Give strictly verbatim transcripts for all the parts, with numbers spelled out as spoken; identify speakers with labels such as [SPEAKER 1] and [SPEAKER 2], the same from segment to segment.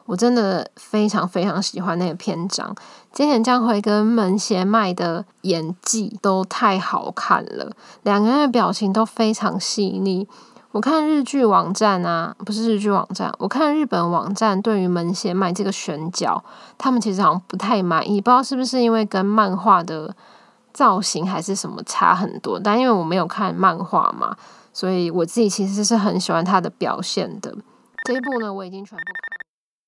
[SPEAKER 1] 我真的非常非常喜欢那个篇章。菅田将晖跟门胁麦的演技都太好看了，两个人的表情都非常细腻。我看日剧网站啊，不是日剧网站，我看日本网站对于门胁麦这个选角，他们其实好像不太满意，不知道是不是因为跟漫画的造型还是什么差很多，但因为我没有看漫画嘛，所以我自己其实是很喜欢他的表现的。这一部呢，我已经全部看。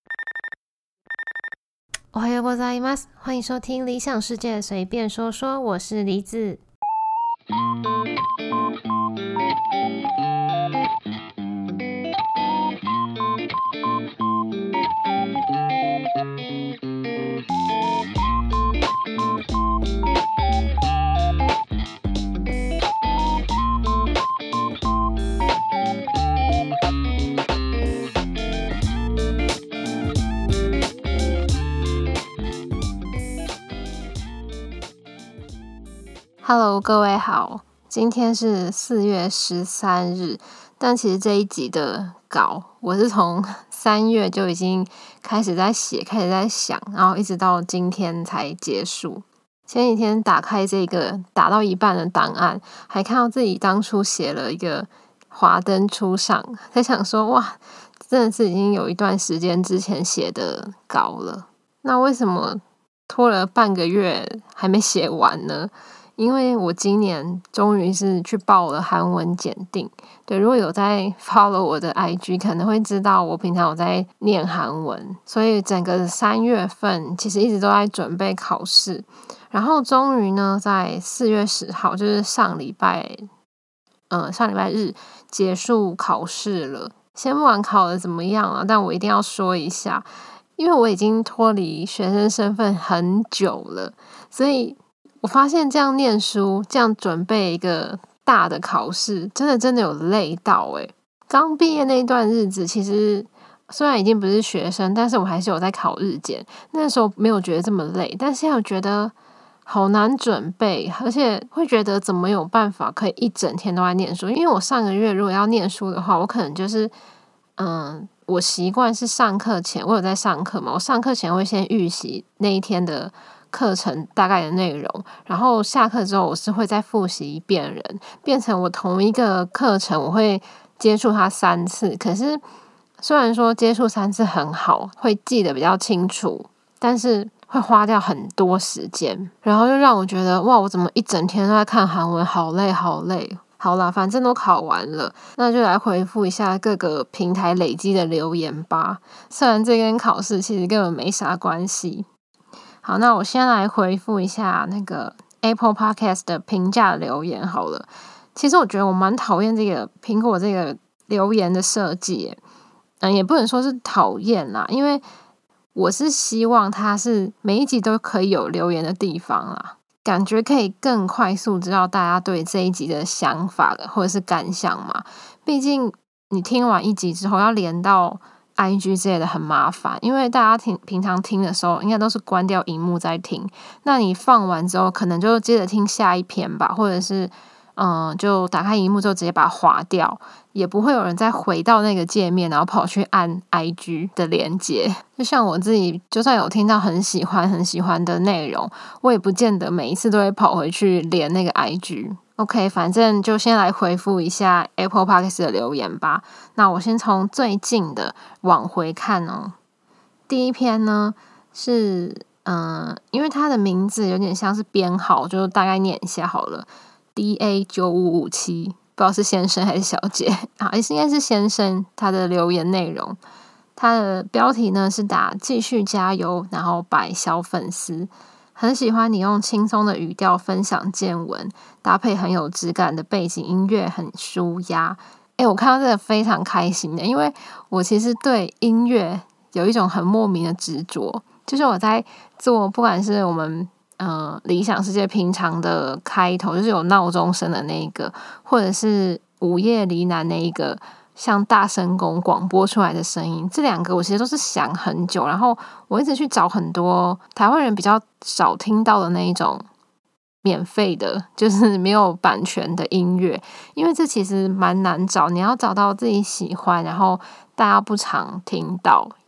[SPEAKER 1] おはようございます，欢迎收听理想世界随便说说，我是梨子。Hello， 各位好，今天是四月十三日，但其实这一集的稿我是从三月就已经开始在写，开始在想，然后一直到今天才结束。前几天打开这个打到一半的档案，还看到自己当初写了一个华灯初上，在想说哇，真的是已经有一段时间之前写的稿了。那为什么拖了半个月还没写完呢？因为我今年终于是去报了韩文检定。对，如果有在 follow 我的 I G 可能会知道我平常有在念韩文，所以整个三月份其实一直都在准备考试，然后终于呢在四月十号，就是上礼拜呃上礼拜日结束考试了。先不管考得怎么样啊，但我一定要说一下，因为我已经脱离学生身份很久了，所以我发现这样念书，这样准备一个大的考试，真的真的有累到欸。刚毕业那段日子，其实虽然已经不是学生，但是我还是有在考日检。那时候没有觉得这么累，但现在我觉得好难准备，而且会觉得怎么有办法可以一整天都在念书？因为我上个月如果要念书的话，我可能就是嗯，我习惯是上课前，我有在上课嘛，我上课前会先预习那一天的课程大概的内容，然后下课之后我是会再复习一遍人，变成我同一个课程我会接触它三次。可是虽然说接触三次很好，会记得比较清楚，但是会花掉很多时间，然后就让我觉得哇，我怎么一整天都在看韩文，好累好累。好啦，反正都考完了，那就来回复一下各个平台累积的留言吧。虽然这跟考试其实根本没啥关系。好，那我先来回复一下那个 Apple Podcast 的评价留言好了。其实我觉得我蛮讨厌这个苹果这个留言的设计耶，嗯，也不能说是讨厌啦，因为我是希望它是每一集都可以有留言的地方啦，感觉可以更快速知道大家对这一集的想法或者是感想嘛。毕竟你听完一集之后要连到 I G 之类的很麻烦，因为大家听平常听的时候应该都是关掉荧幕在听，那你放完之后可能就接着听下一篇吧，或者是嗯，就打开荧幕之后直接把它划掉，也不会有人再回到那个界面，然后跑去按 I G 的连结。就像我自己，就算有听到很喜欢很喜欢的内容，我也不见得每一次都会跑回去连那个 I G。OK， 反正就先来回复一下 Apple Podcast 的留言吧。那我先从最近的往回看哦。第一篇呢是，嗯，因为它的名字有点像是编号，就大概念一下好了。D A 九五五七，不知道是先生还是小姐，好，应该是先生。他的留言内容，他的标题呢是打继续加油，然后百小粉丝，很喜欢你用轻松的语调分享见闻，搭配很有质感的背景音乐，很舒压。诶，我看到这个非常开心的，因为我其实对音乐有一种很莫名的执着，就是我在做，不管是我们呃，理想世界平常的开头就是有闹钟声的那一个，或者是午夜呢喃那一个像大声公广播出来的声音，这两个我其实都是想很久，然后我一直去找很多台湾人比较少听到的那一种免费的，就是没有版权的音乐，因为这其实蛮难找，你要找到自己喜欢，然后大家不常听到，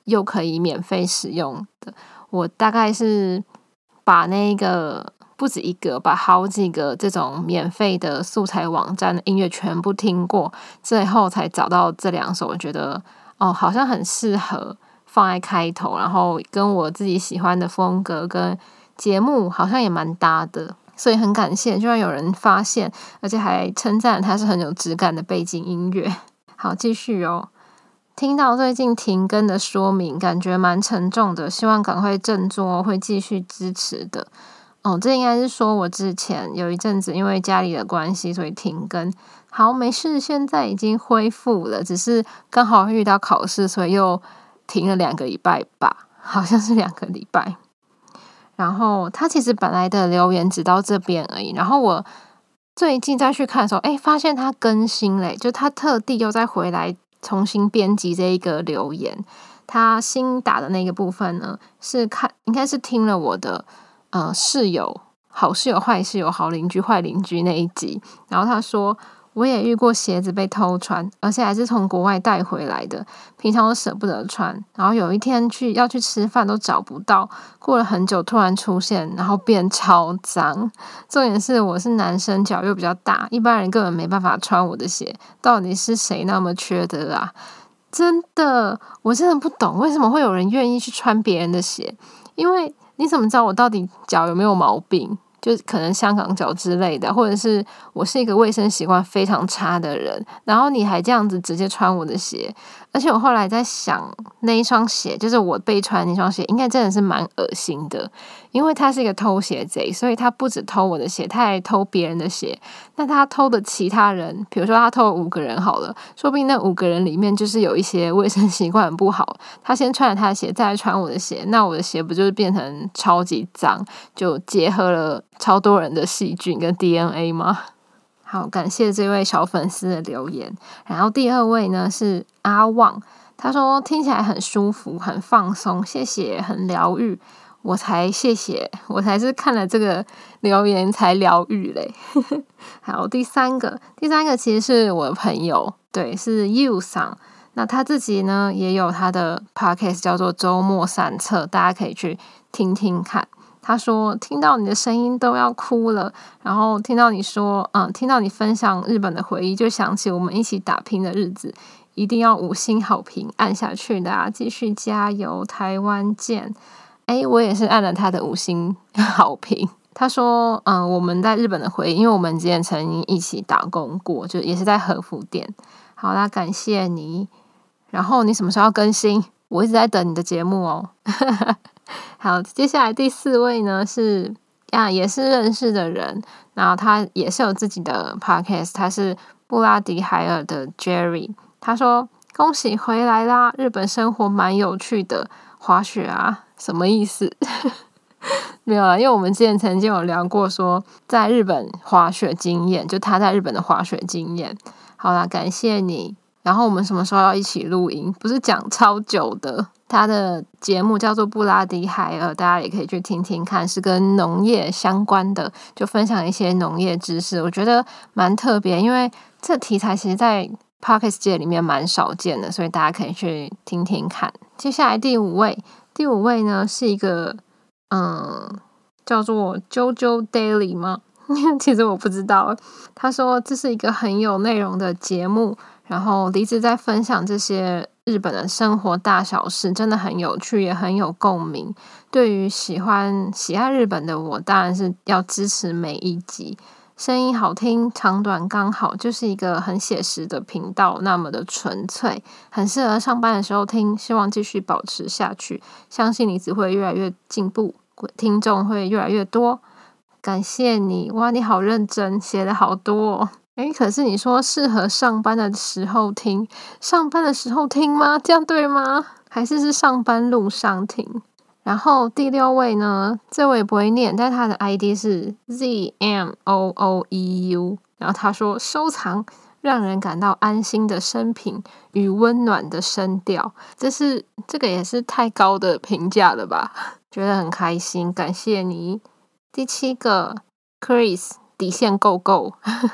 [SPEAKER 1] 又可以免费使用的。我大概是把那个不止一个，把好几个这种免费的素材网站的音乐全部听过，最后才找到这两首，我觉得哦，好像很适合放在开头，然后跟我自己喜欢的风格跟节目好像也蛮搭的，所以很感谢，居然有人发现，而且还称赞它是很有质感的背景音乐。好，继续哦。听到最近停更的说明，感觉蛮沉重的，希望赶快振作，会继续支持的。哦，这应该是说我之前有一阵子因为家里的关系，所以停更。好，没事，现在已经恢复了，只是刚好遇到考试，所以又停了两个礼拜吧，好像是两个礼拜。然后他其实本来的留言只到这边而已，然后我最近再去看的时候，哎，发现他更新嘞，就他特地又再回来重新编辑这一个留言。他新打的那个部分呢，是看应该是听了我的呃室友好室友坏室友好邻居坏邻居那一集，然后他说我也遇过鞋子被偷穿，而且还是从国外带回来的，平常都舍不得穿，然后有一天去要去吃饭都找不到，过了很久突然出现，然后变超脏。重点是我是男生，脚又比较大，一般人根本没办法穿我的鞋，到底是谁那么缺德啊？真的，我真的不懂为什么会有人愿意去穿别人的鞋，因为你怎么知道我到底脚有没有毛病？就可能香港脚之类的，或者是我是一个卫生习惯非常差的人，然后你还这样子直接穿我的鞋，而且我后来在想，那一双鞋就是我被穿的那双鞋，应该真的是蛮恶心的，因为他是一个偷鞋贼，所以他不止偷我的鞋，他还偷别人的鞋。那他偷的其他人，比如说他偷了五个人好了，说不定那五个人里面就是有一些卫生习惯不好，他先穿了他的鞋，再来穿我的鞋，那我的鞋不就是变成超级脏，就结合了超多人的细菌跟 D N A 吗？好，感谢这位小粉丝的留言。然后第二位呢是阿旺，他说听起来很舒服，很放松，谢谢，很疗愈。我才谢谢，我才是看了这个留言才疗愈嘞。好，第三个，第三个其实是我的朋友，对，是 You 桑。那他自己呢也有他的 podcast 叫做周末散策，大家可以去听听看。他说听到你的声音都要哭了，然后听到你说嗯，听到你分享日本的回忆，就想起我们一起打拼的日子，一定要五星好评按下去的啊，继续加油，台湾见。诶，我也是按了他的五星好评。他说嗯，我们在日本的回忆，因为我们之前曾经一起打工过，就也是在和服店。好啦，感谢你。然后你什么时候要更新？我一直在等你的节目哦。好，接下来第四位呢是啊，也是认识的人，然后他也是有自己的 podcast， 他是布拉迪海尔的 Jerry。他说恭喜回来啦，日本生活蛮有趣的，滑雪啊，什么意思？没有啦，因为我们之前曾经有聊过说在日本滑雪经验，就他在日本的滑雪经验。好啦，感谢你。然后我们什么时候要一起录音？不是讲超久的，他的节目叫做布拉迪海尔，大家也可以去听听看，是跟农业相关的，就分享一些农业知识，我觉得蛮特别，因为这题材其实在 Podcast 界里面蛮少见的，所以大家可以去听听看。接下来第五位，第五位呢是一个嗯叫做 JoJo Daily 吗？其实我不知道。他说这是一个很有内容的节目，然后梨子在分享这些日本的生活大小事，真的很有趣，也很有共鸣。对于喜欢喜爱日本的我，当然是要支持每一集。声音好听，长短刚好，就是一个很写实的频道，那么的纯粹，很适合上班的时候听。希望继续保持下去，相信你只会越来越进步，听众会越来越多。感谢你，哇，你好认真，写的好多哦。诶，可是你说适合上班的时候听，上班的时候听吗？这样对吗？还是是上班路上听？然后第六位呢，这位不会念，但他的 I D 是 Z M O O E U， 然后他说收藏让人感到安心的生平与温暖的声调，这是这个也是太高的评价了吧？觉得很开心，感谢你。第七个 Chris 底线够够。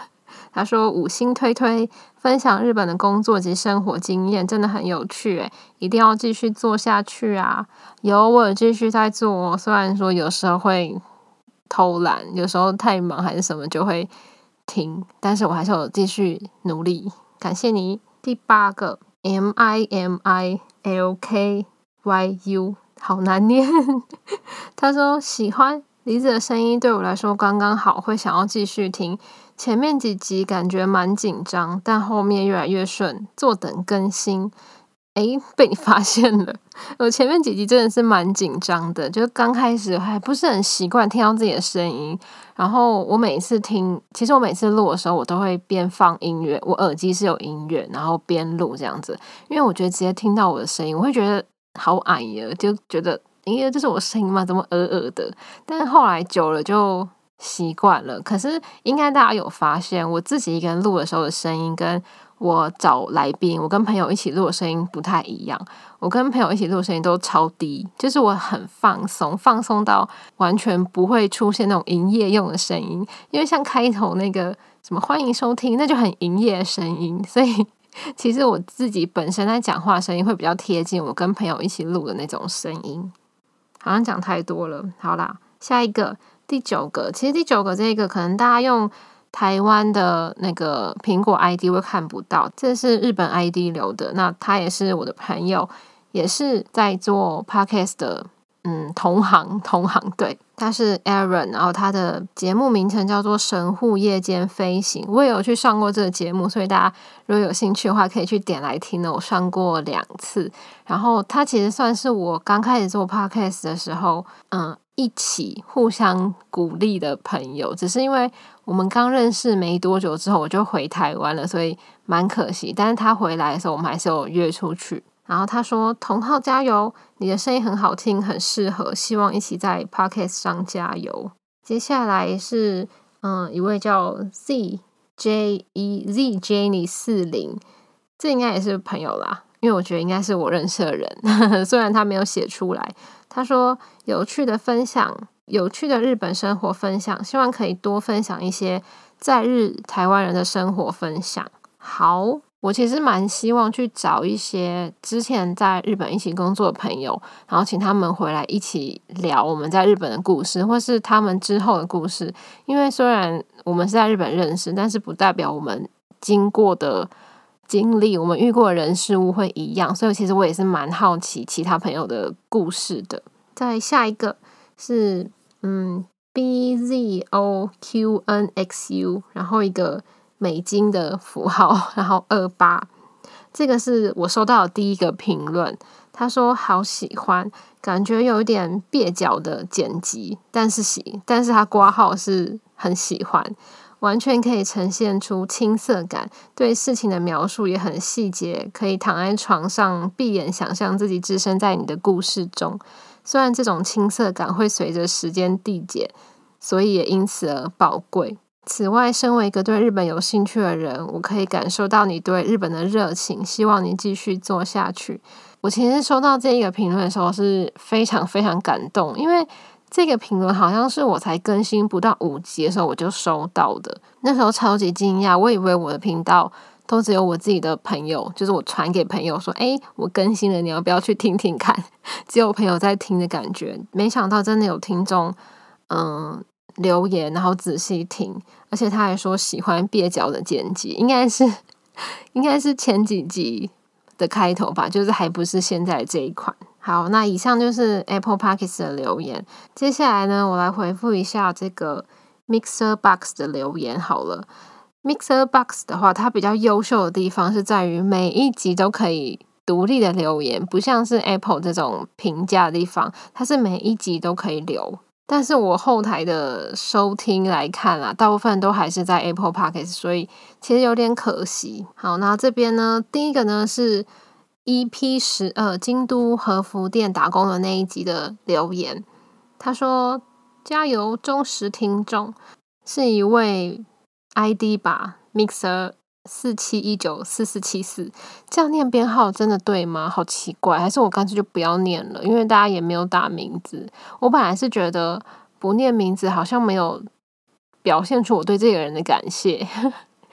[SPEAKER 1] 他说五星推推，分享日本的工作及生活经验，真的很有趣诶，一定要继续做下去啊！有，我有继续在做，虽然说有时候会偷懒，有时候太忙还是什么就会停，但是我还是有继续努力，感谢你。第八个 M I M I L K Y U 好难念他说喜欢梨子的声音，对我来说刚刚好，会想要继续听。前面几集感觉蛮紧张，但后面越来越顺，坐等更新。诶，被你发现了，我前面几集真的是蛮紧张的，就刚开始还不是很习惯听到自己的声音，然后我每次听，其实我每次录的时候，我都会边放音乐，我耳机是有音乐，然后边录这样子，因为我觉得直接听到我的声音，我会觉得好矮呀，就觉得诶，这是我声音吗？怎么耳耳的？但是后来久了就习惯了。可是应该大家有发现，我自己一个人录的时候的声音跟我找来宾，我跟朋友一起录的声音不太一样。我跟朋友一起录的声音都超低，就是我很放松，放松到完全不会出现那种营业用的声音。因为像开头那个什么欢迎收听，那就很营业的声音，所以其实我自己本身在讲话的声音会比较贴近我跟朋友一起录的那种声音。好像讲太多了，好啦，下一个第九个，其实第九个这个可能大家用台湾的那个苹果 I D 会看不到，这是日本 I D 留的。那他也是我的朋友，也是在做 Podcast 的，嗯，同行同行对，他是 Aaron， 然后他的节目名称叫做神户夜间飞行。我也有去上过这个节目，所以大家如果有兴趣的话，可以去点来听呢。我上过两次，然后他其实算是我刚开始做 Podcast 的时候，嗯。一起互相鼓励的朋友，只是因为我们刚认识没多久之后我就回台湾了，所以蛮可惜。但是他回来的时候，我们还是有约出去。然后他说：“同号加油，你的声音很好听，很适合，希望一起在 Podcast 上加油。”接下来是嗯一位叫 Z J E Z Jenny 四零，这应该也是朋友啦。因为我觉得应该是我认识的人，虽然他没有写出来。他说有趣的分享，有趣的日本生活分享，希望可以多分享一些在日台湾人的生活分享。好，我其实蛮希望去找一些之前在日本一起工作的朋友，然后请他们回来一起聊我们在日本的故事，或是他们之后的故事。因为虽然我们是在日本认识，但是不代表我们经过的经历，我们遇过的人事物会一样，所以其实我也是蛮好奇其他朋友的故事的。再下一个是嗯 B Z O Q N X U， 然后一个美金的符号，然后二八，这个是我收到的第一个评论。他说好喜欢，感觉有一点蹩脚的剪辑，但是喜，但是他括号是很喜欢。完全可以呈现出青涩感，对事情的描述也很细节，可以躺在床上闭眼想象自己置身在你的故事中。虽然这种青涩感会随着时间递减，所以也因此而宝贵。此外，身为一个对日本有兴趣的人，我可以感受到你对日本的热情，希望你继续做下去。我其实收到这一个评论的时候是非常非常感动，因为这个评论好像是我才更新不到五集的时候我就收到的，那时候超级惊讶，我以为我的频道都只有我自己的朋友，就是我传给朋友说诶我更新了，你要不要去听听看，只有朋友在听的感觉。没想到真的有听众嗯留言，然后仔细听，而且他还说喜欢蹩脚的剪辑，应该是应该是前几集的开头吧，就是还不是现在这一款。好，那以上就是 Apple Podcast 的留言。接下来呢，我来回复一下这个 Mixer Box 的留言好了。Mixer Box 的话，它比较优秀的地方是在于每一集都可以独立的留言，不像是 Apple 这种评价的地方，它是每一集都可以留。但是我后台的收听来看啊，大部分都还是在 Apple Podcast， 所以其实有点可惜。好，那这边呢，第一个呢是E P 十二京都和服店打工的那一集的留言，他说加油忠实听众，是一位 I D 吧 Mixer 四七一九四四七四，这样念编号真的对吗？好奇怪，还是我干脆就不要念了，因为大家也没有打名字。我本来是觉得不念名字好像没有表现出我对这个人的感谢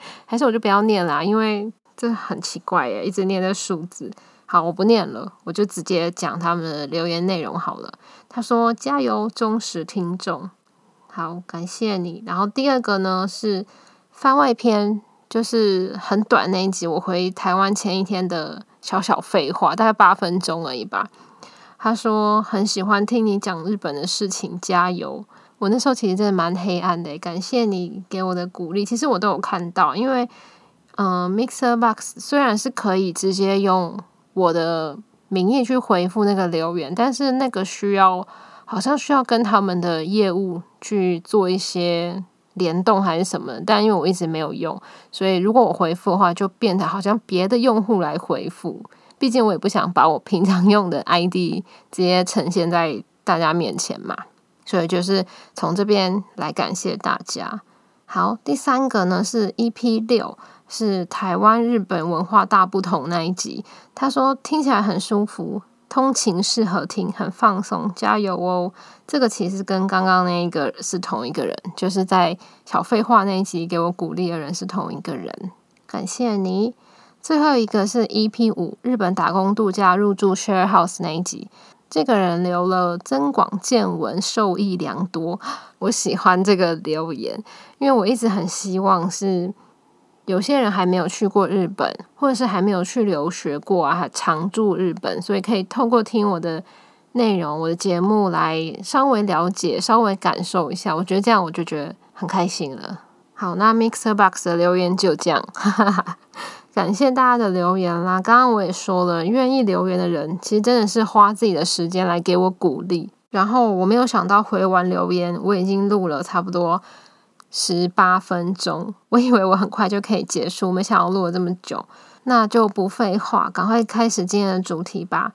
[SPEAKER 1] 还是我就不要念啦，因为这很奇怪耶，一直念这数字。好，我不念了，我就直接讲他们的留言内容好了。他说加油，忠实听众。好，感谢你。然后第二个呢是番外篇，就是很短那一集，我回台湾前一天的小小废话，大概八分钟而已吧。他说很喜欢听你讲日本的事情，加油。我那时候其实真的蛮黑暗的，感谢你给我的鼓励。其实我都有看到，因为嗯 Mixer Box 虽然是可以直接用我的名义去回复那个留言，但是那个需要好像需要跟他们的业务去做一些联动还是什么，但因为我一直没有用，所以如果我回复的话就变成好像别的用户来回复，毕竟我也不想把我平常用的 I D 直接呈现在大家面前嘛，所以就是从这边来感谢大家。好，第三个呢是 E P 六，是台湾日本文化大不同那一集。他说听起来很舒服，通勤适合听，很放松，加油哦。这个其实跟刚刚那一个是同一个人，就是在小废话那一集给我鼓励的人是同一个人，感谢你。最后一个是 E P 五，日本打工度假入住 share house 那一集。这个人留了增广见闻，受益良多。我喜欢这个留言，因为我一直很希望是有些人还没有去过日本，或者是还没有去留学过啊，常住日本，所以可以透过听我的内容、我的节目来稍微了解、稍微感受一下。我觉得这样我就觉得很开心了。好，那 Mixer Box 的留言就这样，哈哈哈。感谢大家的留言啦！刚刚我也说了，愿意留言的人其实真的是花自己的时间来给我鼓励。然后我没有想到回完留言，我已经录了差不多十八分钟，我以为我很快就可以结束，没想到录了这么久。那就不废话，赶快开始今天的主题吧。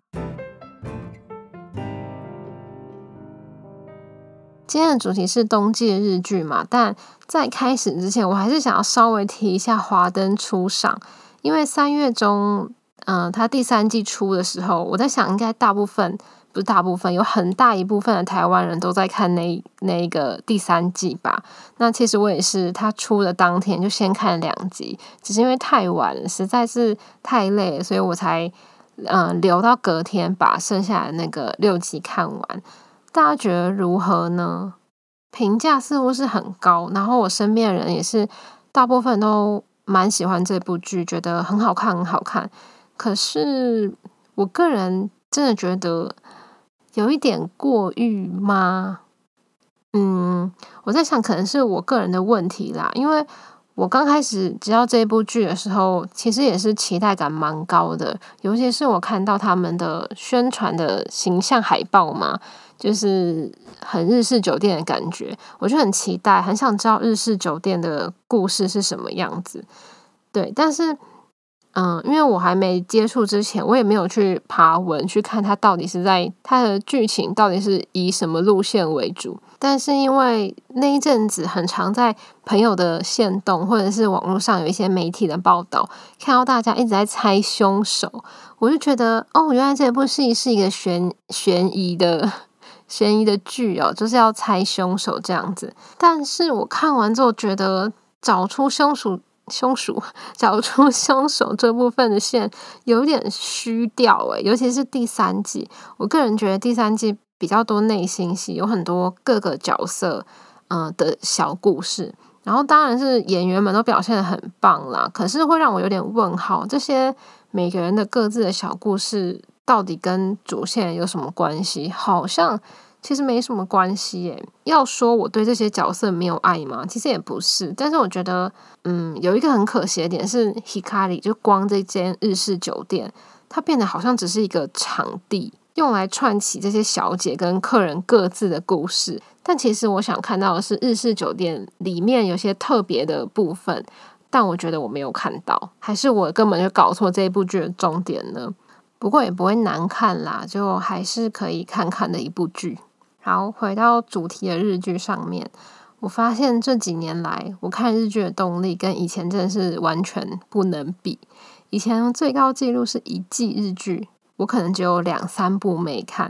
[SPEAKER 1] 今天的主题是冬季日剧嘛，但在开始之前，我还是想要稍微提一下《华灯初上》。因为三月中，嗯、呃，它第三季出的时候，我在想，应该大部分不是大部分，有很大一部分的台湾人都在看那那一个第三季吧。那其实我也是，它出的当天就先看两集，只是因为太晚了，实在是太累了，所以我才嗯、呃、留到隔天把剩下的那个六集看完。大家觉得如何呢？评价似乎是很高，然后我身边的人也是大部分都蛮喜欢这部剧，觉得很好看很好看。可是我个人真的觉得有一点过誉吗？嗯，我在想可能是我个人的问题啦，因为我刚开始知道这部剧的时候，其实也是期待感蛮高的，尤其是我看到他们的宣传的形象海报嘛，就是很日式酒店的感觉，我就很期待，很想知道日式酒店的故事是什么样子。对，但是嗯，因为我还没接触之前，我也没有去爬文去看它到底是在它的剧情到底是以什么路线为主。但是因为那一阵子很常在朋友的限动或者是网络上有一些媒体的报道，看到大家一直在猜凶手，我就觉得哦，原来这部戏是一个悬悬疑的悬疑的剧哦，就是要猜凶手这样子。但是我看完之后觉得找出凶手凶手找出凶手这部分的线有点虚掉诶，尤其是第三季，我个人觉得第三季比较多内心戏，有很多各个角色嗯、呃、的小故事，然后当然是演员们都表现得很棒啦，可是会让我有点问号，这些每个人的各自的小故事到底跟主线有什么关系？好像其实没什么关系耶。要说我对这些角色没有爱吗？其实也不是，但是我觉得嗯，有一个很可惜的点是 Hikari 就光这间日式酒店，它变得好像只是一个场地，用来串起这些小姐跟客人各自的故事。但其实我想看到的是日式酒店里面有些特别的部分，但我觉得我没有看到，还是我根本就搞错这一部剧的重点呢？不过也不会难看啦，就还是可以看看的一部剧。好，回到主题的日剧上面，我发现这几年来我看日剧的动力跟以前真的是完全不能比。以前最高纪录是一季日剧，我可能只有两三部没看，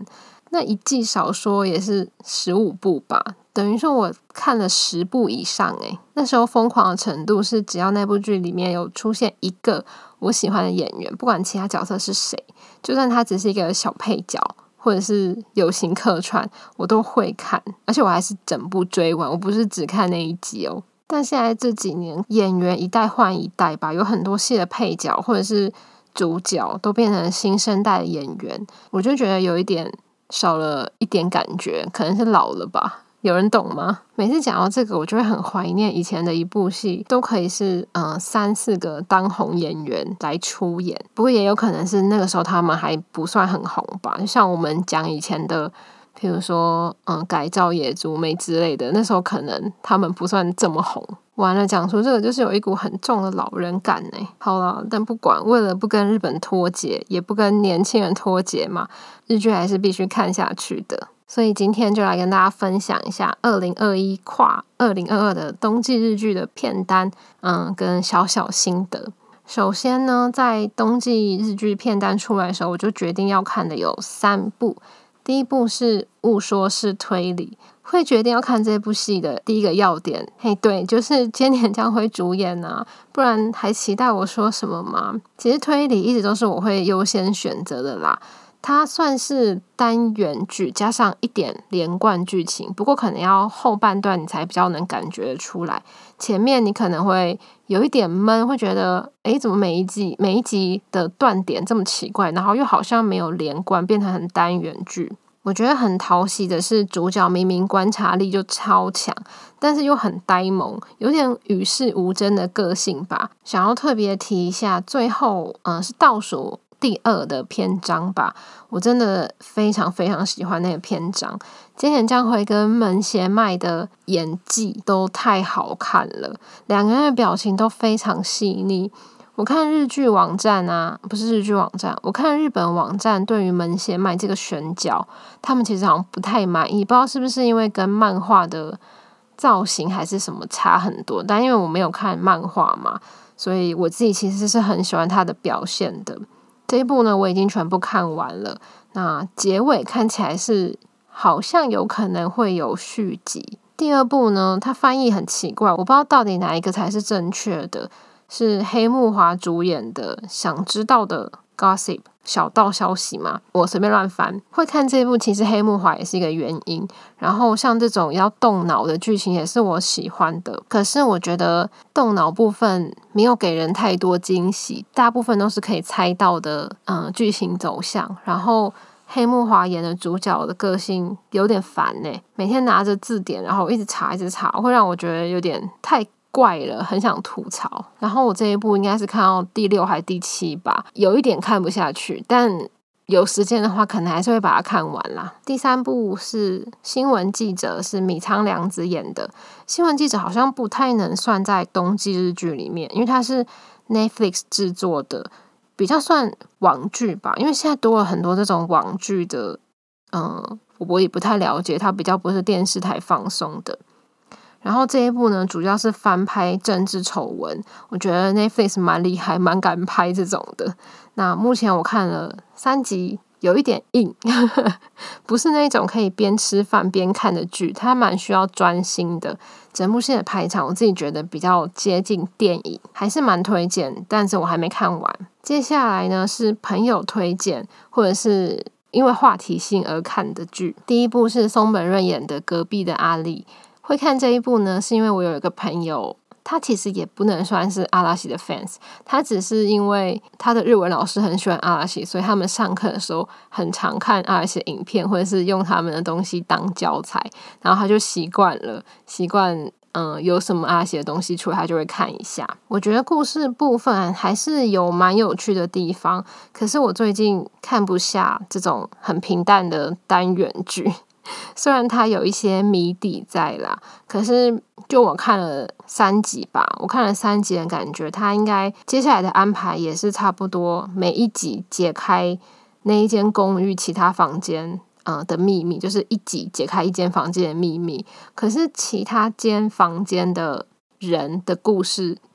[SPEAKER 1] 那一季少说也是十五部吧，等于说我看了十部以上诶。那时候疯狂的程度是，只要那部剧里面有出现一个我喜欢的演员，不管其他角色是谁，就算他只是一个小配角或者是友情客串，我都会看，而且我还是整部追完，我不是只看那一集哦。但现在这几年演员一代换一代吧，有很多戏的配角或者是主角都变成新生代的演员，我就觉得有一点少了一点感觉，可能是老了吧。有人懂吗？每次讲到这个，我就会很怀念以前的一部戏，都可以是呃三四个当红演员来出演。不过也有可能是那个时候他们还不算很红吧，就像我们讲以前的，譬如说嗯改造野猪妹之类的，那时候可能他们不算这么红。完了，讲出这个就是有一股很重的老人感呢。好了，但不管，为了不跟日本脱节，也不跟年轻人脱节嘛，日剧还是必须看下去的。所以今天就来跟大家分享一下二零二一跨二零二二的冬季日剧的片单，嗯，跟小小心得。首先呢，在冬季日剧片单出来的时候，我就决定要看的有三部。第一部是《误说是推理》，会决定要看这部戏的第一个要点，嘿，对，就是菅田将晖主演啊，不然还期待我说什么吗？其实推理一直都是我会优先选择的啦。它算是单元剧加上一点连贯剧情，不过可能要后半段你才比较能感觉出来，前面你可能会有一点闷，会觉得诶怎么每一集每一集的断点这么奇怪，然后又好像没有连贯，变成很单元剧。我觉得很讨喜的是主角明明观察力就超强，但是又很呆萌，有点与世无争的个性吧。想要特别提一下，最后嗯、呃、是倒数第二的篇章吧，我真的非常非常喜欢那个篇章。菅田将晖跟门胁麦的演技都太好看了，两个人的表情都非常细腻。我看日剧网站啊，不是日剧网站，我看日本网站对于门胁麦这个选角，他们其实好像不太满意，不知道是不是因为跟漫画的造型还是什么差很多，但因为我没有看漫画嘛，所以我自己其实是很喜欢他的表现的。这一部呢，我已经全部看完了。那结尾看起来是好像有可能会有续集。第二部呢，它翻译很奇怪，我不知道到底哪一个才是正确的。是黑木华主演的《想知道的 Gossip》小道消息嘛？我随便乱翻。会看这部，其实黑木华也是一个原因。然后像这种要动脑的剧情也是我喜欢的。可是我觉得动脑部分没有给人太多惊喜，大部分都是可以猜到的，嗯，剧情走向。然后黑木华演的主角的个性有点烦欸，每天拿着字典，然后一直查一直查，会让我觉得有点太怪了，很想吐槽。然后我这一部应该是看到第六还第七吧，有一点看不下去，但有时间的话可能还是会把它看完啦。第三部是新闻记者，是米仓凉子演的。新闻记者好像不太能算在冬季日剧里面，因为它是 Netflix 制作的，比较算网剧吧，因为现在多了很多这种网剧的，嗯，我也不太了解，它比较不是电视台放送的。然后这一部呢，主要是翻拍政治丑闻，我觉得 Netflix 蛮厉害，蛮敢拍这种的。那目前我看了三集，有一点硬，不是那种可以边吃饭边看的剧，它蛮需要专心的。整部戏的排场，我自己觉得比较接近电影，还是蛮推荐，但是我还没看完。接下来呢是朋友推荐，或者是因为话题性而看的剧。第一部是松本润演的《隔壁的阿丽》。会看这一部呢，是因为我有一个朋友，他其实也不能算是阿拉西的 fans， 他只是因为他的日文老师很喜欢阿拉西，所以他们上课的时候很常看阿拉西的影片，或者是用他们的东西当教材，然后他就习惯了，习惯嗯有什么阿拉西的东西出来，他就会看一下。我觉得故事部分还是有蛮有趣的地方，可是我最近看不下这种很平淡的单元剧。虽然它有一些谜底在啦，可是就我看了三集吧，我看了三集的感觉，它应该接下来的安排也是差不多，每一集解开那一间公寓其他房间呃的秘密，就是一集解开一间房间的秘密，可是其他间房间的人的故事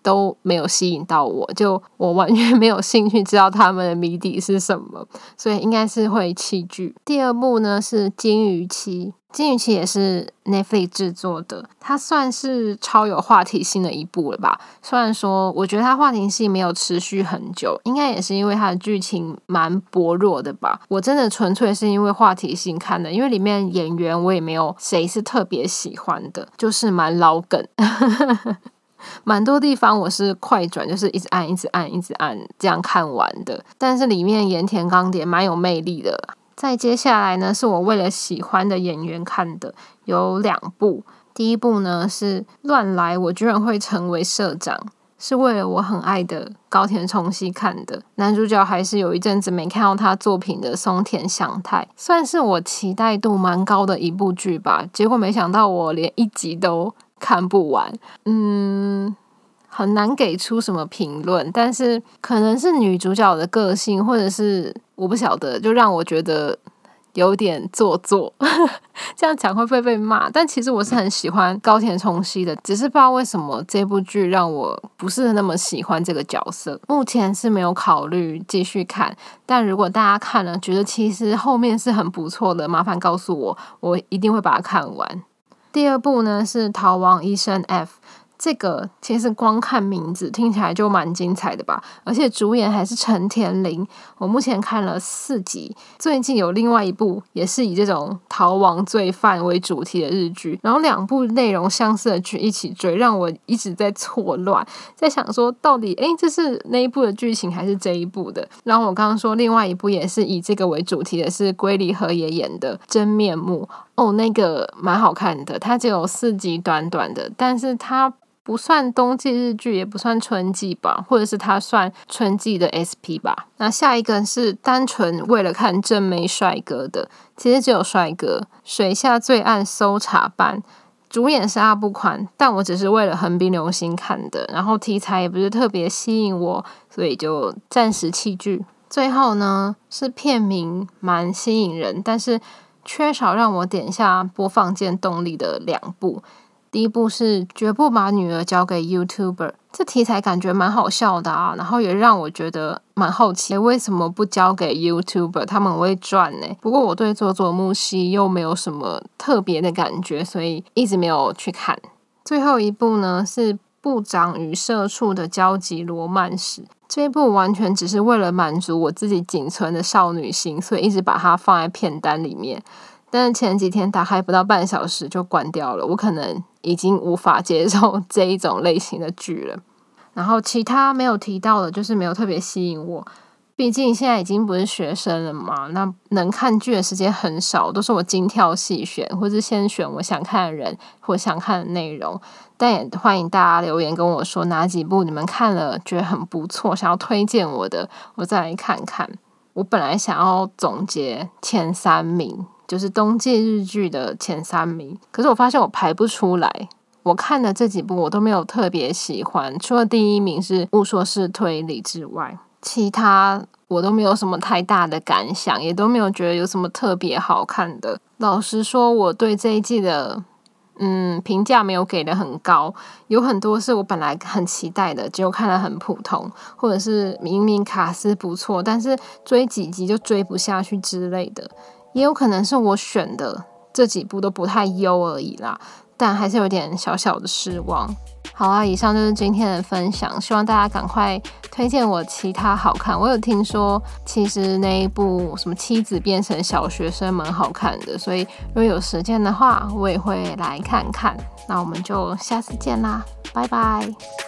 [SPEAKER 1] 都没有吸引到我，就我完全没有兴趣知道他们的谜底是什么，所以应该是会弃剧。第二部呢是《金鱼期》，《金鱼期》也是 Netflix 制作的，它算是超有话题性的一部了吧。虽然说我觉得它话题性没有持续很久，应该也是因为它的剧情蛮薄弱的吧。我真的纯粹是因为话题性看的，因为里面演员我也没有谁是特别喜欢的，就是蛮老梗蛮多地方我是快转，就是一直按一直按一直按这样看完的，但是里面盐田刚典蛮有魅力的啦。再接下来呢是我为了喜欢的演员看的，有两部。第一部呢是乱来我居然会成为社长，是为了我很爱的高田充希看的，男主角还是有一阵子没看到他作品的松田翔太，算是我期待度蛮高的一部剧吧，结果没想到我连一集都看不完。嗯很难给出什么评论，但是可能是女主角的个性，或者是我不晓得，就让我觉得有点做作这样讲会不会被骂？但其实我是很喜欢高田充希的，只是不知道为什么这部剧让我不是那么喜欢这个角色。目前是没有考虑继续看，但如果大家看了觉得其实后面是很不错的，麻烦告诉我，我一定会把它看完。第二部呢是《逃亡医生 F》，这个其实光看名字听起来就蛮精彩的吧，而且主演还是陈田玲。我目前看了四集，最近有另外一部也是以这种逃亡罪犯为主题的日剧，然后两部内容相似的剧一起追，让我一直在错乱，在想说到底诶这是那一部的剧情还是这一部的。然后我刚刚说另外一部也是以这个为主题的，是龟梨和也演的《真面目》哦，那个蛮好看的，它只有四集短短的，但是它不算冬季日剧，也不算春季吧，或者是它算春季的 S P 吧。那下一个是单纯为了看正妹帅哥的，其实只有帅哥，水下罪案搜查班，主演是阿部宽，但我只是为了横滨流星看的，然后题材也不是特别吸引我，所以就暂时弃剧。最后呢是片名蛮吸引人，但是缺少让我点下播放键动力的两部。第一部是绝不把女儿交给 YouTuber， 这题材感觉蛮好笑的啊，然后也让我觉得蛮好奇为什么不交给 YouTuber， 他们很会赚呢。不过我对佐佐木希又没有什么特别的感觉，所以一直没有去看。最后一部呢是部长与社畜的交集罗曼史，这一部完全只是为了满足我自己仅存的少女心，所以一直把它放在片单里面，但是前几天打开不到半小时就关掉了，我可能已经无法接受这一种类型的剧了。然后其他没有提到的就是没有特别吸引我，毕竟现在已经不是学生了嘛，那能看剧的时间很少，都是我精挑细选，或是先选我想看的人或想看的内容。但也欢迎大家留言跟我说哪几部你们看了觉得很不错，想要推荐我的，我再来看看。我本来想要总结前三名，就是冬季日剧的前三名，可是我发现我排不出来。我看的这几部我都没有特别喜欢，除了第一名是误说式推理之外，其他我都没有什么太大的感想，也都没有觉得有什么特别好看的。老实说，我对这一季的嗯评价没有给的很高，有很多是我本来很期待的，结果看了很普通，或者是明明卡司不错，但是追几集就追不下去之类的。也有可能是我选的这几部都不太优而已啦，但还是有点小小的失望。好啊，以上就是今天的分享，希望大家赶快推荐我其他好看。我有听说其实那一部什么妻子变成小学生蛮好看的，所以如果有时间的话我也会来看看。那我们就下次见啦，拜拜。